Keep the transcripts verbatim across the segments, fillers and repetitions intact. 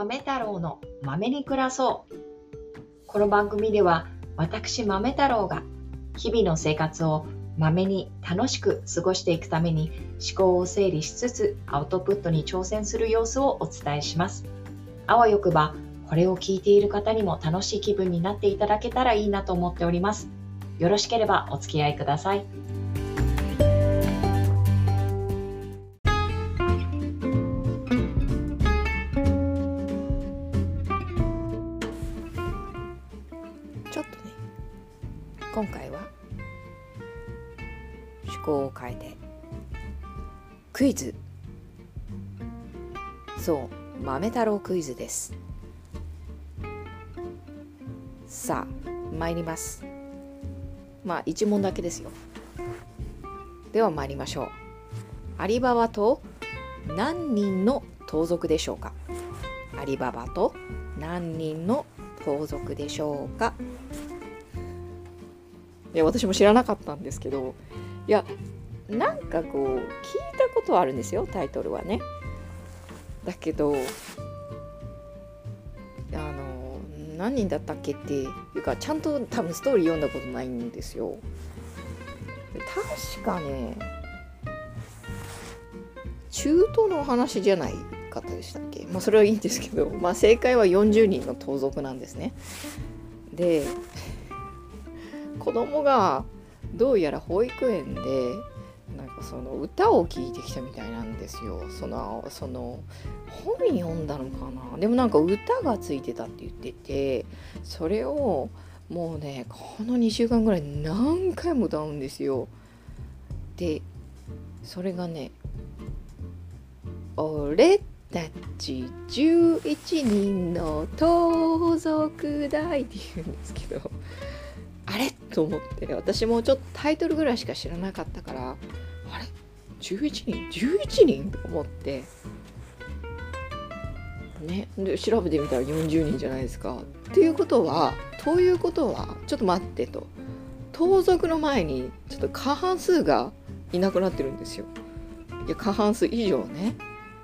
豆太郎の豆に暮らそう。この番組では私豆太郎が日々の生活を豆に楽しく過ごしていくために思考を整理しつつアウトプットに挑戦する様子をお伝えします。あわよくばこれを聞いている方にも楽しい気分になっていただけたらいいなと思っております。よろしければお付き合いください。 ちょっとね、今回は趣向を変えてクイズ、そう豆太郎クイズです。さあ参ります。まあ一問だけですよ。では参りましょう。アリババと何人の盗賊でしょうか。アリババと何人の盗賊でしょうか。いや私も知らなかったんですけど、いやなんかこう聞いたことはあるんですよ、タイトルはね。だけどあの何人だったっけっていうか、ちゃんと多分ストーリー読んだことないんですよ。確かね中東のお話じゃないかったでしたっけ。まあそれはいいんですけど、まあ正解はよんじゅうにんの盗賊なんですね。で子供がどうやら保育園でなんかその歌を聴いてきたみたいなんですよ。そのその本読んだのかな。でもなんか歌がついてたって言ってて、それをもうねこのにしゅうかんぐらい何回も歌うんですよ。でそれがね、俺たちじゅういちにんの盗賊だいって言うんですけど、あれと思って、私もちょっとタイトルぐらいしか知らなかったから、あれじゅういちにんじゅういちにんと思ってね、で調べてみたらよんじゅうにんじゃないですか。っていうことはということはちょっと待ってと、盗賊の前にちょっと過半数がいなくなってるんですよ。いや過半数以上ね。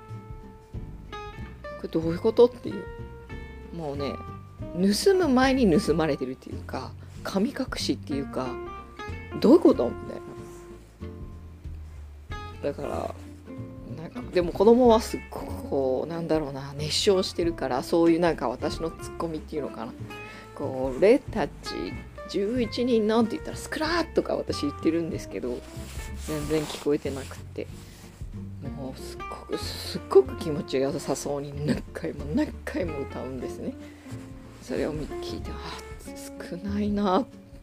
これどういうことっていう、もうね盗む前に盗まれてるっていうか、神隠しっていうか、どういうことみたいな。だからなんかでも子供はすっごくこうなんだろうな、熱唱してるから、そういうなんか私のツッコミっていうのかな、こう俺たちじゅういちにんのって言ったらスクラーとか私言ってるんですけど、全然聞こえてなくて、もうすっごくすっごく気持ちが良さそうに何回も何回も歌うんですね。それを聞いて、あ少ないなって。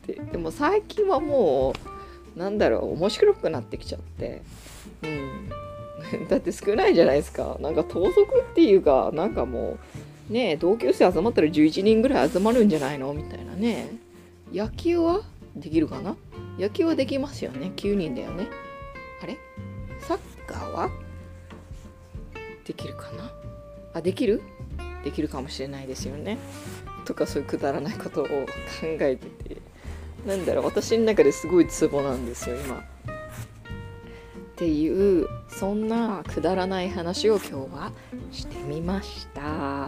でも最近はもうなんだろう、面白くなってきちゃって、うんだって少ないじゃないですか。なんか盗賊っていうか、なんかもうね同級生集まったらじゅういちにんぐらい集まるんじゃないのみたいなね。野球はできるかな。野球はできますよね、きゅうにんだよね。あれサッカーはできるかな。あできるできるかもしれないですよね。とかそういうくだらないことを考えてて、なんだろう、私の中ですごいツボなんですよ今っていう、そんなくだらない話を今日はしてみました。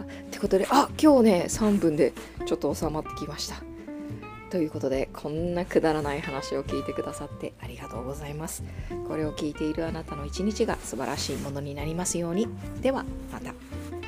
ってことで、あ今日ねさんぷんでちょっと収まってきました。ということで、こんなくだらない話を聞いてくださってありがとうございます。これを聞いているあなたの一日が素晴らしいものになりますように。ではまた。